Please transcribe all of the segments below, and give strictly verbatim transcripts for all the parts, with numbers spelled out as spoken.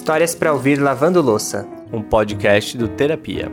Histórias para ouvir lavando louça, um podcast do Terapia.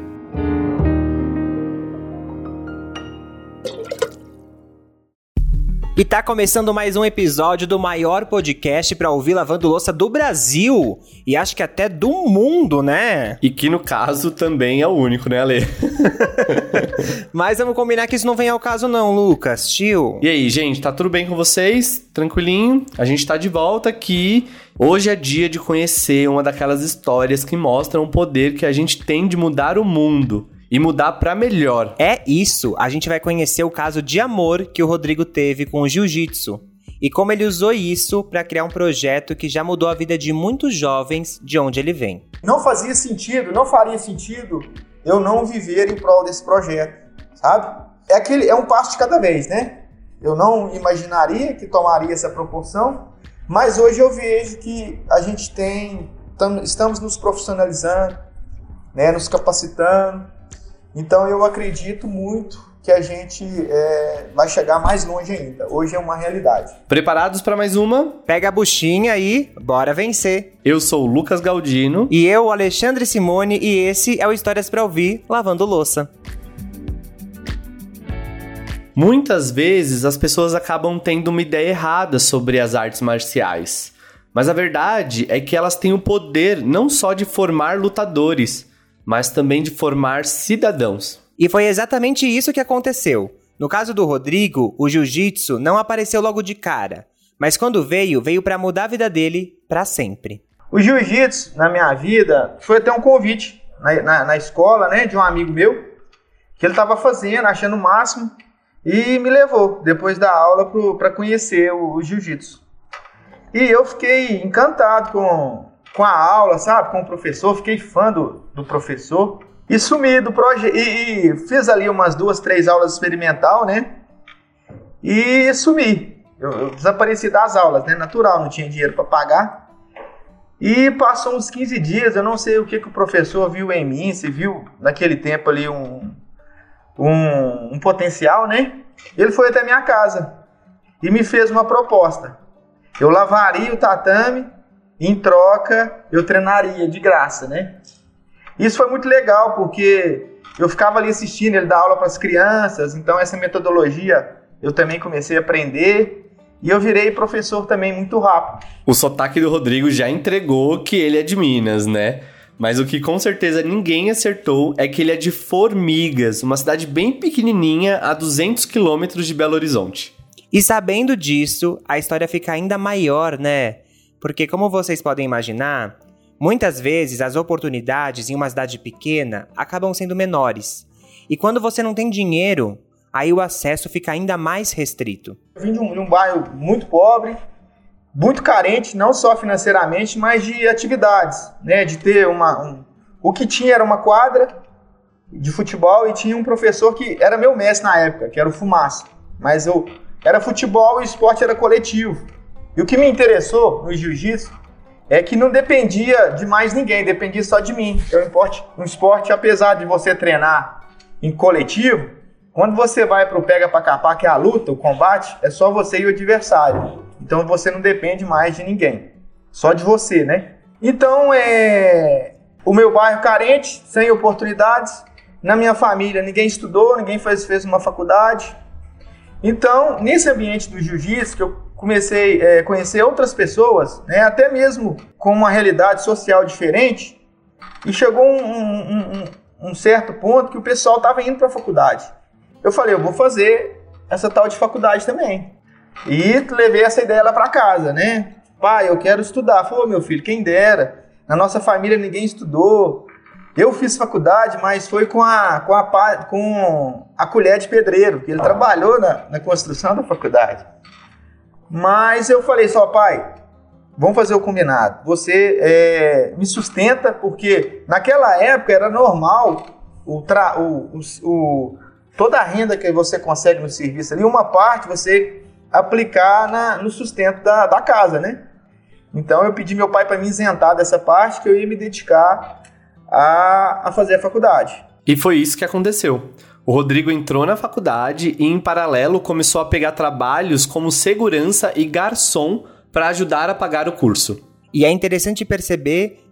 E tá começando mais um episódio do maior podcast pra ouvir lavando louça do Brasil. E acho que até do mundo, né? E que no caso também é o único, né, Ale? Mas vamos combinar que isso não vem ao caso não, Lucas, tio. E aí, gente, tá tudo bem com vocês? Tranquilinho? A gente tá de volta aqui. Hoje é dia de conhecer uma daquelas histórias que mostram o poder que a gente tem de mudar o mundo. E mudar pra melhor. É isso, a gente vai conhecer o caso de amor que o Rodrigo teve com o jiu-jitsu. E como ele usou isso pra criar um projeto que já mudou a vida de muitos jovens de onde ele vem. Não fazia sentido, não faria sentido eu não viver em prol desse projeto, sabe? É, aquele, é um passo de cada vez, né? Eu não imaginaria que tomaria essa proporção, mas hoje eu vejo que a gente tem, tam, estamos nos profissionalizando, né, nos capacitando. Então eu acredito muito que a gente é, vai chegar mais longe ainda. Hoje é uma realidade. Preparados para mais uma? Pega a buchinha e bora vencer. Eu sou o Lucas Galdino. E eu, Alexandre Simone, e esse é o Histórias para Ouvir Lavando Louça. Muitas vezes as pessoas acabam tendo uma ideia errada sobre as artes marciais. Mas a verdade é que elas têm o poder não só de formar lutadores, mas também de formar cidadãos. E foi exatamente isso que aconteceu. No caso do Rodrigo, o jiu-jitsu não apareceu logo de cara, mas quando veio, veio para mudar a vida dele para sempre. O jiu-jitsu, na minha vida, foi até um convite na, na, na escola, né, de um amigo meu, que ele estava fazendo, achando o máximo, e me levou, depois da aula, para conhecer o, o jiu-jitsu. E eu fiquei encantado com... com a aula, sabe, com o professor, fiquei fã do, do professor, e sumi do projeto, e, e fiz ali umas duas, três aulas experimental, né, e sumi, eu, eu desapareci das aulas, né, natural, não tinha dinheiro para pagar, e passou uns quinze dias, eu não sei o que, que o professor viu em mim, se viu naquele tempo ali um, um, um potencial, né, ele foi até minha casa, e me fez uma proposta, eu lavaria o tatame, em troca, eu treinaria de graça, né? Isso foi muito legal, porque eu ficava ali assistindo ele dar aula para as crianças, então essa metodologia eu também comecei a aprender, e eu virei professor também muito rápido. O sotaque do Rodrigo já entregou que ele é de Minas, né? Mas o que com certeza ninguém acertou é que ele é de Formigas, uma cidade bem pequenininha a duzentos quilômetros de Belo Horizonte. E sabendo disso, a história fica ainda maior, né? Porque, como vocês podem imaginar, muitas vezes as oportunidades em uma cidade pequena acabam sendo menores. E quando você não tem dinheiro, aí o acesso fica ainda mais restrito. Eu vim de um, de um bairro muito pobre, muito carente, não só financeiramente, mas de atividades, né? De ter uma... Um, o que tinha era uma quadra de futebol e tinha um professor que era meu mestre na época, que era o Fumaça. Mas eu era futebol e o esporte era coletivo. E o que me interessou no jiu-jitsu é que não dependia de mais ninguém, dependia só de mim. É um esporte, um esporte, apesar de você treinar em coletivo, quando você vai para o pega para capar, que é a luta, o combate, é só você e o adversário. Então você não depende mais de ninguém, só de você, né? Então, é... o meu bairro carente, sem oportunidades, na minha família ninguém estudou, ninguém fez, fez uma faculdade. Então, nesse ambiente do jiu-jitsu, que eu comecei a é, conhecer outras pessoas, né, até mesmo com uma realidade social diferente, e chegou um, um, um, um certo ponto que o pessoal estava indo para a faculdade. Eu falei, eu vou fazer essa tal de faculdade também. E levei essa ideia lá para casa, né? Pai, eu quero estudar. Falou, meu filho, quem dera. Na nossa família ninguém estudou. Eu fiz faculdade, mas foi com a, com a, com a colher de pedreiro, que ele trabalhou na, na construção da faculdade. Mas eu falei só, pai, vamos fazer o combinado. Você é, me sustenta, porque naquela época era normal o, tra, o, o, o, toda a renda que você consegue no serviço ali, uma parte você aplicar na, no sustento da, da casa, né? Então eu pedi meu pai para me isentar dessa parte, que eu ia me dedicar a, a fazer a faculdade. E foi isso que aconteceu. O Rodrigo entrou na faculdade e, em paralelo, começou a pegar trabalhos como segurança e garçom para ajudar a pagar o curso. E é interessante perceber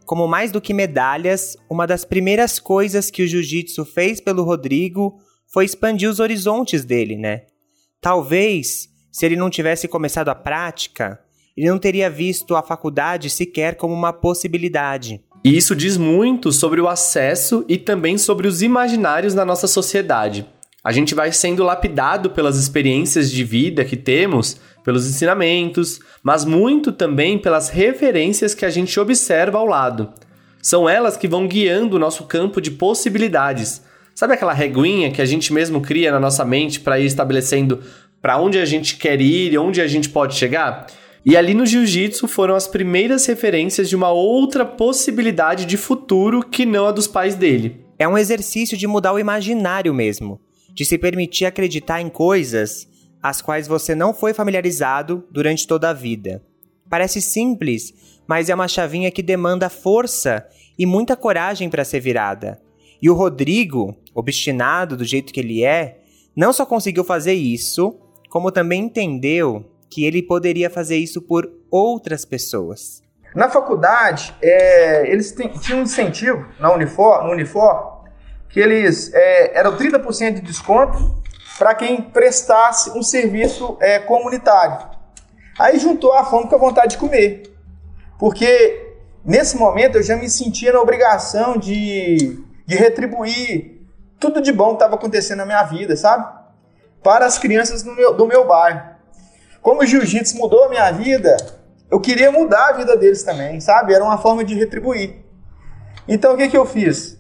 como mais do que medalhas, uma das primeiras coisas que o jiu-jitsu fez pelo Rodrigo foi expandir os horizontes dele, né? Talvez, se ele não tivesse começado a prática, ele não teria visto a faculdade sequer como uma possibilidade. E isso diz muito sobre o acesso e também sobre os imaginários na nossa sociedade. A gente vai sendo lapidado pelas experiências de vida que temos, pelos ensinamentos, mas muito também pelas referências que a gente observa ao lado. São elas que vão guiando o nosso campo de possibilidades. Sabe aquela reguinha que a gente mesmo cria na nossa mente para ir estabelecendo para onde a gente quer ir e onde a gente pode chegar? E ali no jiu-jitsu foram as primeiras referências de uma outra possibilidade de futuro que não a dos pais dele. É um exercício de mudar o imaginário mesmo, de se permitir acreditar em coisas às quais você não foi familiarizado durante toda a vida. Parece simples, mas é uma chavinha que demanda força e muita coragem para ser virada. E o Rodrigo, obstinado do jeito que ele é, não só conseguiu fazer isso, como também entendeu que ele poderia fazer isso por outras pessoas. Na faculdade, é, eles tem, tinham um incentivo na Unifor, no Unifor, que eles é, eram trinta por cento de desconto para quem prestasse um serviço é, comunitário. Aí juntou a fome com a vontade de comer, porque nesse momento eu já me sentia na obrigação de, de retribuir tudo de bom que estava acontecendo na minha vida, sabe? Para as crianças do meu, do meu bairro. Como o jiu-jitsu mudou a minha vida, eu queria mudar a vida deles também, sabe? Era uma forma de retribuir. Então o que, que eu fiz?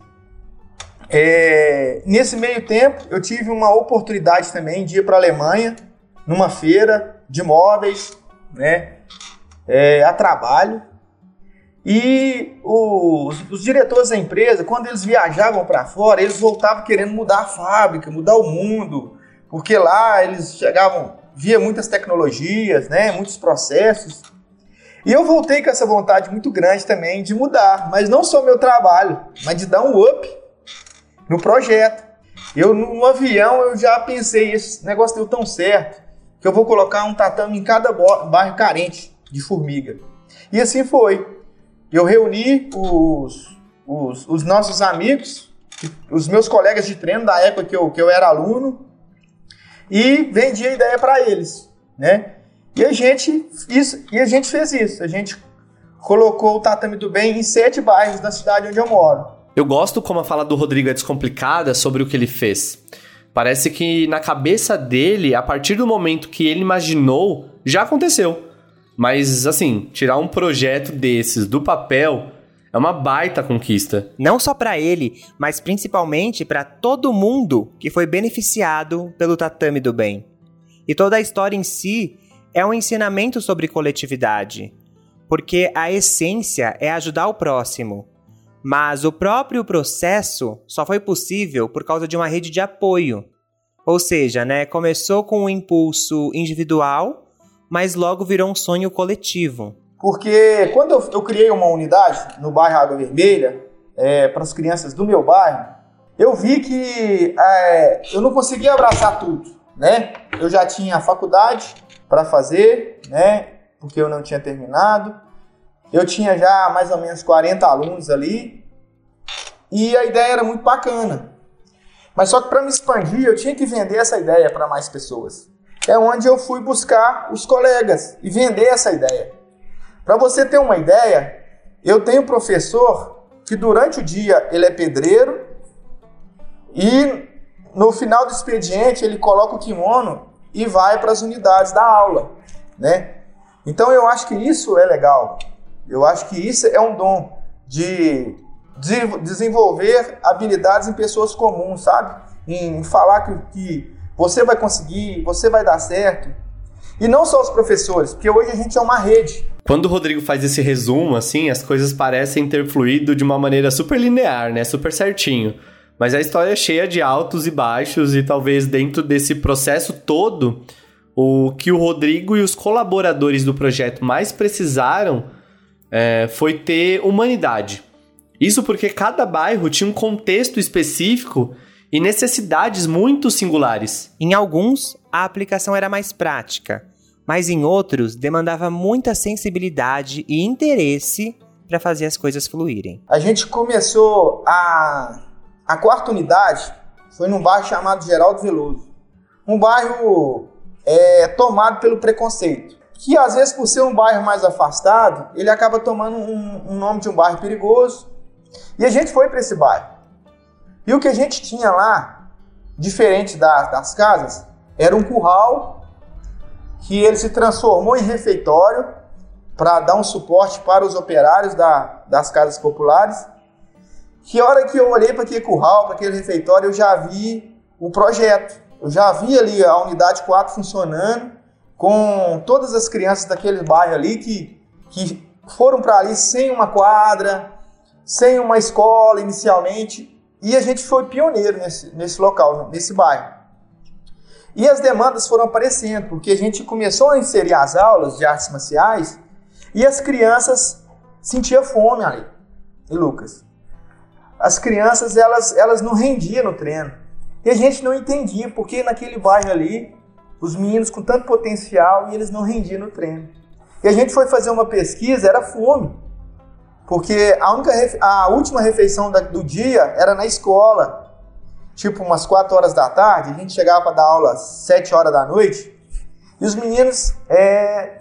É, nesse meio tempo, eu tive uma oportunidade também de ir para a Alemanha, numa feira de móveis, né, é, a trabalho. E os, os diretores da empresa, quando eles viajavam para fora, eles voltavam querendo mudar a fábrica, mudar o mundo, porque lá eles chegavam, via muitas tecnologias, né, muitos processos. E eu voltei com essa vontade muito grande também de mudar, mas não só meu trabalho, mas de dar um up no projeto. Eu, no, no avião, eu já pensei, esse negócio deu tão certo, que eu vou colocar um tatame em cada bairro carente de Formiga. E assim foi. Eu reuni os, os, os nossos amigos, os meus colegas de treino da época que eu, que eu era aluno, e vendi a ideia para eles, né? E a, gente, isso, e a gente fez isso. A gente colocou o Tatame do Bem em sete bairros da cidade onde eu moro. Eu gosto como a fala do Rodrigo é descomplicada sobre o que ele fez. Parece que na cabeça dele, a partir do momento que ele imaginou, já aconteceu. Mas, assim, tirar um projeto desses do papel é uma baita conquista. Não só para ele, mas principalmente para todo mundo que foi beneficiado pelo Tatame do Bem. E toda a história em si é um ensinamento sobre coletividade, porque a essência é ajudar o próximo. Mas o próprio processo só foi possível por causa de uma rede de apoio. Ou seja, né, começou com um impulso individual, mas logo virou um sonho coletivo. Porque quando eu, eu criei uma unidade no bairro Água Vermelha, é, para as crianças do meu bairro, eu vi que é, eu não conseguia abraçar tudo, né? Eu já tinha a faculdade para fazer, né? Porque eu não tinha terminado. Eu tinha já mais ou menos quarenta alunos ali e a ideia era muito bacana. Mas só que para me expandir, eu tinha que vender essa ideia para mais pessoas. É onde eu fui buscar os colegas e vender essa ideia. Para você ter uma ideia, eu tenho um professor que durante o dia ele é pedreiro e no final do expediente ele coloca o kimono e vai para as unidades da aula, né? Então eu acho que isso é legal. Eu acho que isso é um dom de, de desenvolver habilidades em pessoas comuns, sabe? Em falar que, que você vai conseguir, você vai dar certo. E não só os professores, porque hoje a gente é uma rede. Quando o Rodrigo faz esse resumo, assim, as coisas parecem ter fluído de uma maneira super linear, né? Super certinho. Mas a história é cheia de altos e baixos e talvez dentro desse processo todo, o que o Rodrigo e os colaboradores do projeto mais precisaram é, foi ter humanidade. Isso porque cada bairro tinha um contexto específico e necessidades muito singulares. Em alguns, a aplicação era mais prática, mas em outros demandava muita sensibilidade e interesse para fazer as coisas fluírem. A gente começou a, a quarta unidade, foi num bairro chamado Geraldo Veloso. Um bairro é, tomado pelo preconceito, que às vezes por ser um bairro mais afastado, ele acaba tomando um, um nome de um bairro perigoso. E a gente foi para esse bairro. E o que a gente tinha lá, diferente das, das casas, era um curral que ele se transformou em refeitório para dar um suporte para os operários da, das casas populares. Que a hora que eu olhei para aquele curral, para aquele refeitório, eu já vi o projeto. Eu já vi ali a unidade quatro funcionando, com todas as crianças daquele bairro ali que, que foram para ali sem uma quadra, sem uma escola inicialmente. E a gente foi pioneiro nesse, nesse local, nesse bairro. E as demandas foram aparecendo, porque a gente começou a inserir as aulas de artes marciais e as crianças sentiam fome ali. E Lucas, as crianças elas, elas não rendiam no treino. E a gente não entendia porque naquele bairro ali, os meninos com tanto potencial e eles não rendiam no treino. E a gente foi fazer uma pesquisa, era fome. Porque a, única, a última refeição da, do dia era na escola. Tipo umas quatro horas da tarde, a gente chegava para dar aula às sete horas da noite. E os meninos é,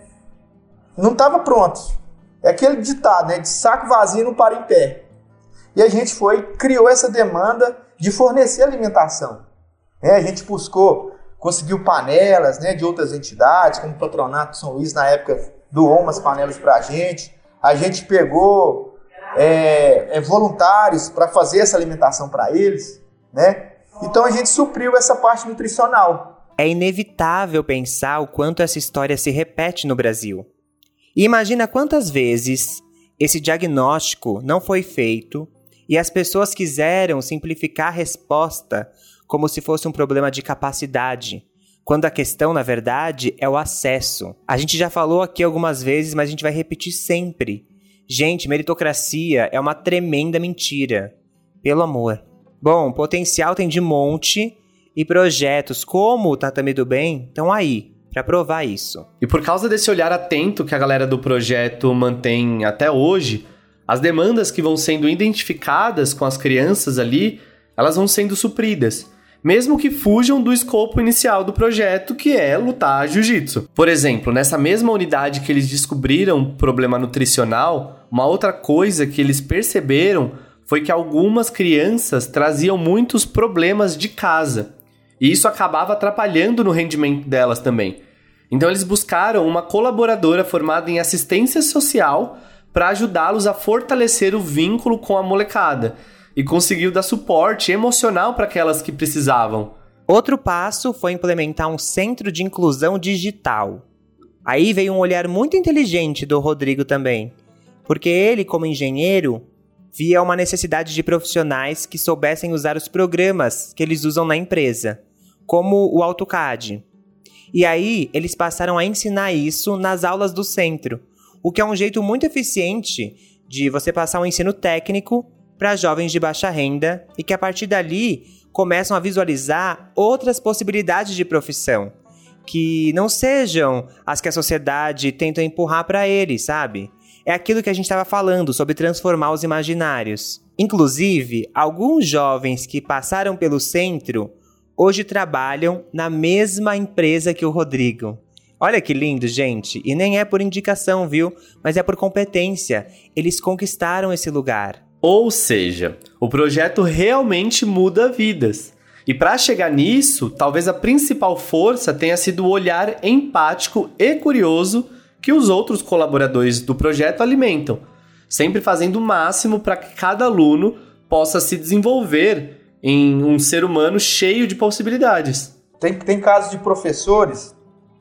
não estavam prontos. É aquele ditado, né? De saco vazio não para em pé. E a gente foi, criou essa demanda de fornecer alimentação. É, a gente buscou, conseguiu panelas, né, de outras entidades, como o Patronato São Luís, na época doou umas panelas para a gente. A gente pegou é, é, voluntários para fazer essa alimentação para eles, né? Então a gente supriu essa parte nutricional. É inevitável pensar o quanto essa história se repete no Brasil. E imagina quantas vezes esse diagnóstico não foi feito e as pessoas quiseram simplificar a resposta como se fosse um problema de capacidade, quando a questão, na verdade, é o acesso. A gente já falou aqui algumas vezes, mas a gente vai repetir sempre. Gente, meritocracia é uma tremenda mentira. Pelo amor. Bom, potencial tem de monte e projetos como o Tatame do Bem estão aí para provar isso. E por causa desse olhar atento que a galera do projeto mantém até hoje, as demandas que vão sendo identificadas com as crianças ali, elas vão sendo supridas, mesmo que fujam do escopo inicial do projeto, que é lutar jiu-jitsu. Por exemplo, nessa mesma unidade que eles descobriram problema nutricional, uma outra coisa que eles perceberam foi que algumas crianças traziam muitos problemas de casa, e isso acabava atrapalhando no rendimento delas também. Então eles buscaram uma colaboradora formada em assistência social para ajudá-los a fortalecer o vínculo com a molecada, e conseguiu dar suporte emocional para aquelas que precisavam. Outro passo foi implementar um centro de inclusão digital. Aí veio um olhar muito inteligente do Rodrigo também, porque ele, como engenheiro, via uma necessidade de profissionais que soubessem usar os programas que eles usam na empresa, como o AutoCAD. E aí eles passaram a ensinar isso nas aulas do centro, o que é um jeito muito eficiente de você passar um ensino técnico para jovens de baixa renda e que a partir dali começam a visualizar outras possibilidades de profissão, que não sejam as que a sociedade tenta empurrar para eles, sabe? É aquilo que a gente estava falando sobre transformar os imaginários. Inclusive, alguns jovens que passaram pelo centro hoje trabalham na mesma empresa que o Rodrigo. Olha que lindo, gente. E nem é por indicação, viu? Mas é por competência. Eles conquistaram esse lugar. Ou seja, o projeto realmente muda vidas. E para chegar nisso, talvez a principal força tenha sido o olhar empático e curioso que os outros colaboradores do projeto alimentam, sempre fazendo o máximo para que cada aluno possa se desenvolver em um ser humano cheio de possibilidades. Tem, tem casos de professores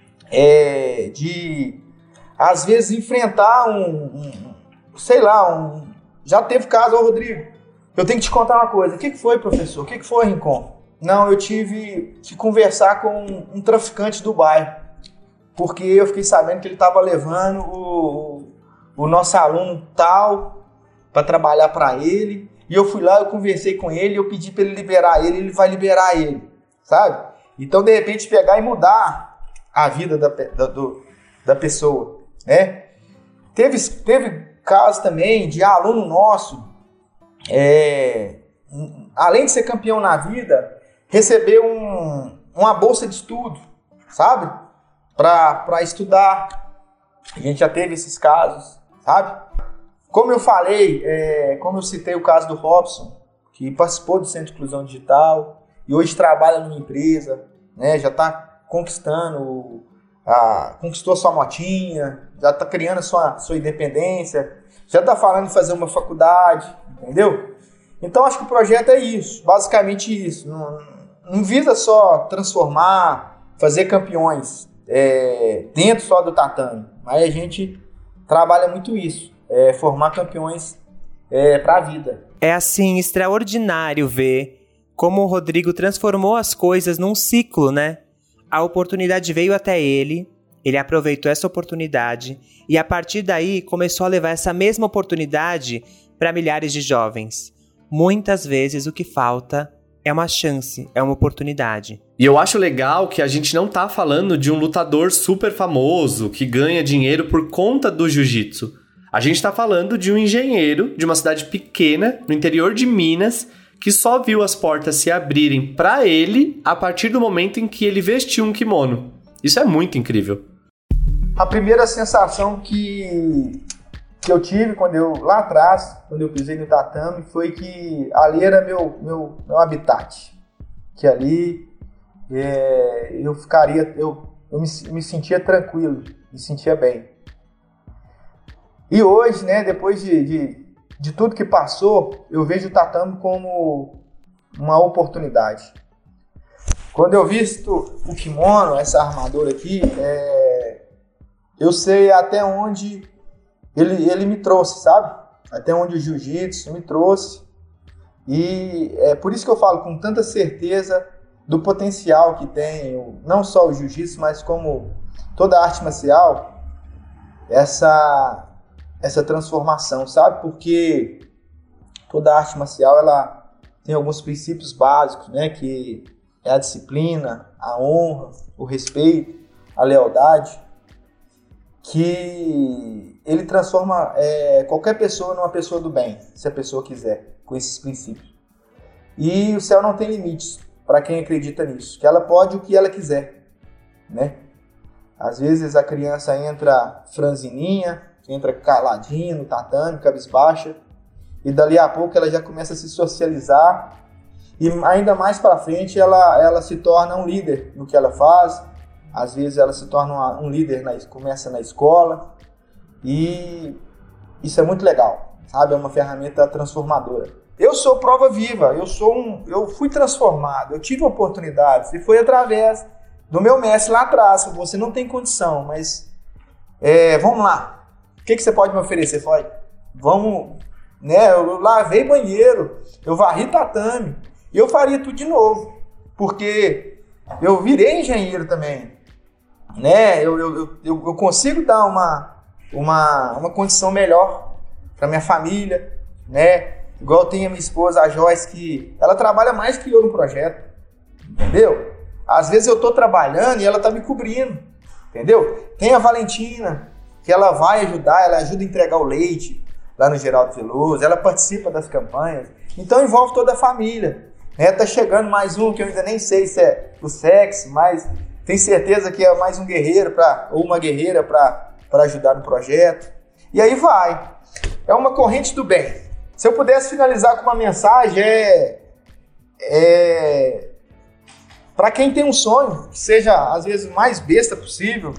é, de, às vezes, enfrentar um, um sei lá, um... Já teve caso, ô Rodrigo, eu tenho que te contar uma coisa. O que foi, professor? O que foi, Rincon? Não, eu tive que conversar com um, um traficante do bairro, porque eu fiquei sabendo que ele estava levando o, o nosso aluno tal para trabalhar para ele, e eu fui lá, eu conversei com ele, eu pedi para ele liberar ele, ele vai liberar ele, sabe? Então, de repente, pegar e mudar a vida da, da, do, da pessoa, né? Teve, teve caso também de aluno nosso, é, além de ser campeão na vida, receber um, uma bolsa de estudo, sabe? Para estudar. A gente já teve esses casos, sabe? Como eu falei, é, como eu citei o caso do Robson, que participou do Centro de Inclusão Digital e hoje trabalha numa empresa, né? Já está conquistando, a, conquistou sua motinha, já está criando a sua, sua independência, já está falando de fazer uma faculdade, entendeu? Então acho que o projeto é isso, basicamente isso. Não, não visa só transformar, fazer campeões é, dentro só do tatame, mas a gente trabalha muito isso, é, formar campeões é, para a vida. É assim, extraordinário ver como o Rodrigo transformou as coisas num ciclo, né? A oportunidade veio até ele, ele aproveitou essa oportunidade e a partir daí começou a levar essa mesma oportunidade para milhares de jovens. Muitas vezes o que falta é uma chance, é uma oportunidade. E eu acho legal que a gente não tá falando de um lutador super famoso que ganha dinheiro por conta do jiu-jitsu. A gente tá falando de um engenheiro de uma cidade pequena, no interior de Minas, que só viu as portas se abrirem para ele a partir do momento em que ele vestiu um kimono. Isso é muito incrível. A primeira sensação que, que eu tive quando eu, lá atrás, quando eu pisei no tatame, foi que ali era meu, meu, meu habitat. Que ali é, eu ficaria, eu, eu me, me sentia tranquilo, me sentia bem. E hoje, né, depois de, de, de tudo que passou, eu vejo o tatame como uma oportunidade. Quando eu visto o kimono, essa armadura aqui, é, eu sei até onde ele, ele me trouxe, sabe? Até onde o jiu-jitsu me trouxe. E é por isso que eu falo com tanta certeza do potencial que tem, não só o jiu-jitsu, mas como toda a arte marcial, essa... essa transformação, sabe? Porque toda arte marcial, ela tem alguns princípios básicos, né? Que é a disciplina, a honra, o respeito, a lealdade, que ele transforma é, qualquer pessoa numa pessoa do bem, se a pessoa quiser, com esses princípios. E o céu não tem limites para quem acredita nisso, que ela pode o que ela quiser, né? Às vezes a criança entra franzininha, entra caladinha no tatame, cabisbaixa, e dali a pouco ela já começa a se socializar, e ainda mais para frente ela, ela se torna um líder no que ela faz. Às vezes ela se torna uma, um líder, na, começa na escola, e isso é muito legal, sabe? É uma ferramenta transformadora. Eu sou prova viva, eu, sou um, eu fui transformado, eu tive oportunidades, e foi através do meu mestre lá atrás. Você não tem condição, mas é, vamos lá. O que, que você pode me oferecer? Foi, vamos, né? Eu lavei banheiro, eu varri tatame, e eu faria tudo de novo, porque eu virei engenheiro também, né? Eu, eu, eu, eu consigo dar uma, uma, uma condição melhor para minha família, né? Igual tem a minha esposa, a Joyce, que ela trabalha mais que eu no projeto, entendeu? Às vezes eu tô trabalhando e ela tá me cobrindo, entendeu? Tem a Valentina, que ela vai ajudar, ela ajuda a entregar o leite lá no Geraldo Veloso, ela participa das campanhas, então envolve toda a família, né? Tá chegando mais um que eu ainda nem sei se é o sexo, mas tenho certeza que é mais um guerreiro pra, ou uma guerreira para ajudar no projeto, e aí vai, é uma corrente do bem. Se eu pudesse finalizar com uma mensagem, é, é para quem tem um sonho, que seja às vezes o mais besta possível,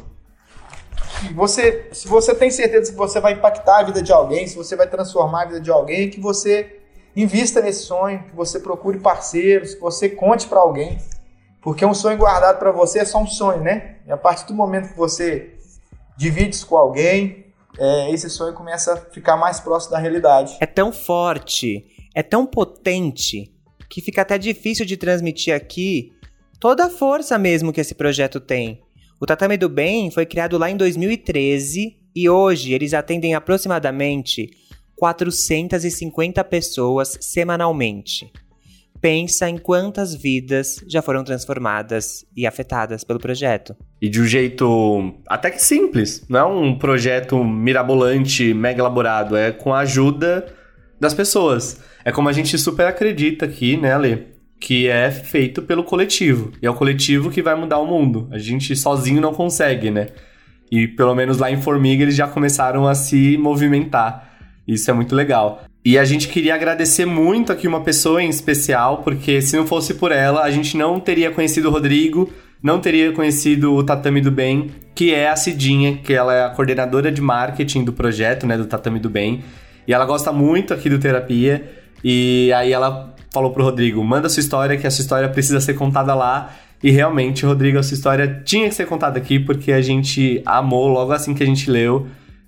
Você, se você tem certeza que você vai impactar a vida de alguém, se você vai transformar a vida de alguém, que você invista nesse sonho, que você procure parceiros, que você conte para alguém, porque um sonho guardado para você é só um sonho, né? E a partir do momento que você divide isso com alguém, é, esse sonho começa a ficar mais próximo da realidade. É tão forte, é tão potente, que fica até difícil de transmitir aqui toda a força mesmo que esse projeto tem. O Tatame do Bem foi criado lá em dois mil e treze e hoje eles atendem aproximadamente quatrocentas e cinquenta pessoas semanalmente. pensa em quantas vidas já foram transformadas e afetadas pelo projeto. E de um jeito até que simples. Não é um projeto mirabolante, mega elaborado. É com a ajuda das pessoas. É como a gente super acredita aqui, né, Ale? Que é feito pelo coletivo. E é o coletivo que vai mudar o mundo. A gente sozinho não consegue, né? E pelo menos lá em Formiga eles já começaram a se movimentar. Isso é muito legal. E a gente queria agradecer muito aqui uma pessoa em especial, porque se não fosse por ela, a gente não teria conhecido o Rodrigo, não teria conhecido o Tatame do Bem, que é a Cidinha, que ela é a coordenadora de marketing do projeto, né, do Tatame do Bem. E ela gosta muito aqui do Terapia. E aí ela falou pro Rodrigo, manda sua história, que a sua história precisa ser contada lá. E realmente, Rodrigo, a sua história tinha que ser contada aqui, porque a gente amou logo assim que a gente leu.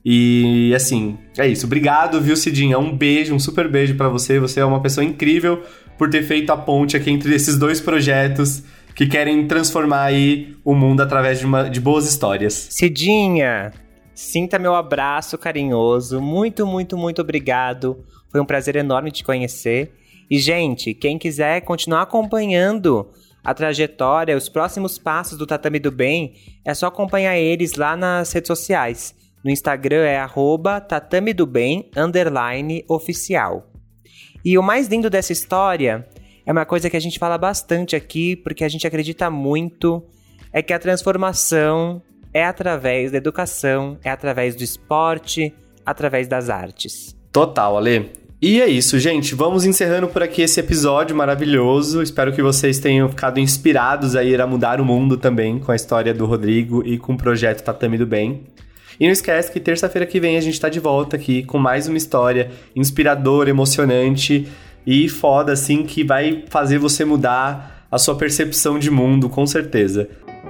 E, assim, é isso. Obrigado, viu, Cidinha? Um beijo, um super beijo pra você. Você é uma pessoa incrível por ter feito a ponte aqui entre esses dois projetos que querem transformar aí o mundo através de, uma, de boas histórias. Cidinha, sinta meu abraço carinhoso. Muito, muito, muito obrigado. Foi um prazer enorme te conhecer. E, gente, quem quiser continuar acompanhando a trajetória, os próximos passos do Tatame do Bem, é só acompanhar eles lá nas redes sociais. No Instagram é arroba tatamedobem, underline, oficial. E o mais lindo dessa história é uma coisa que a gente fala bastante aqui, porque a gente acredita muito, é que a transformação é através da educação, é através do esporte, através das artes. Total, Ale. E é isso, gente. Vamos encerrando por aqui esse episódio maravilhoso. Espero que vocês tenham ficado inspirados a ir a mudar o mundo também com a história do Rodrigo e com o projeto Tatame do Bem. E não esquece que terça-feira que vem a gente tá de volta aqui com mais uma história inspiradora, emocionante e foda, assim, que vai fazer você mudar a sua percepção de mundo, com certeza.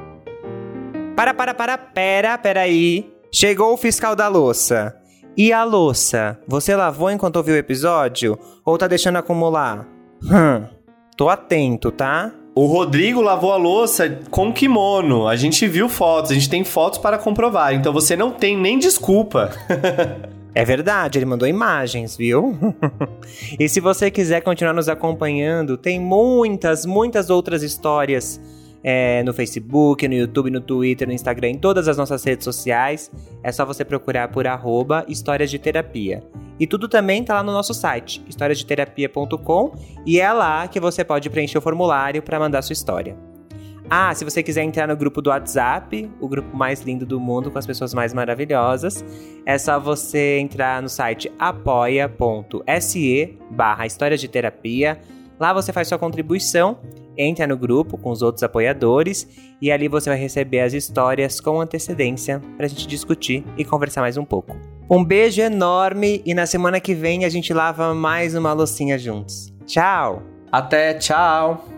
Para, para, para, pera, pera aí. Chegou o fiscal da louça. E a louça? Você lavou enquanto ouviu o episódio? Ou tá deixando acumular? Hum, tô atento, tá? O Rodrigo lavou a louça com kimono. A gente viu fotos, a gente tem fotos para comprovar. Então você não tem nem desculpa. É verdade, ele mandou imagens, viu? E se você quiser continuar nos acompanhando, tem muitas, muitas outras histórias é, no Facebook, no YouTube, no Twitter, no Instagram, em todas as nossas redes sociais. É só você procurar por arroba Histórias de Terapia. E tudo também tá lá no nosso site, histórias de terapia ponto com, e é lá que você pode preencher o formulário para mandar sua história. Ah, se você quiser entrar no grupo do WhatsApp, o grupo mais lindo do mundo com as pessoas mais maravilhosas, é só você entrar no site apoia.se barra Histórias de Terapia. Lá você faz sua contribuição, entra no grupo com os outros apoiadores e ali você vai receber as histórias com antecedência pra gente discutir e conversar mais um pouco. Um beijo enorme e na semana que vem a gente lava mais uma loucinha juntos. Tchau! Até, tchau!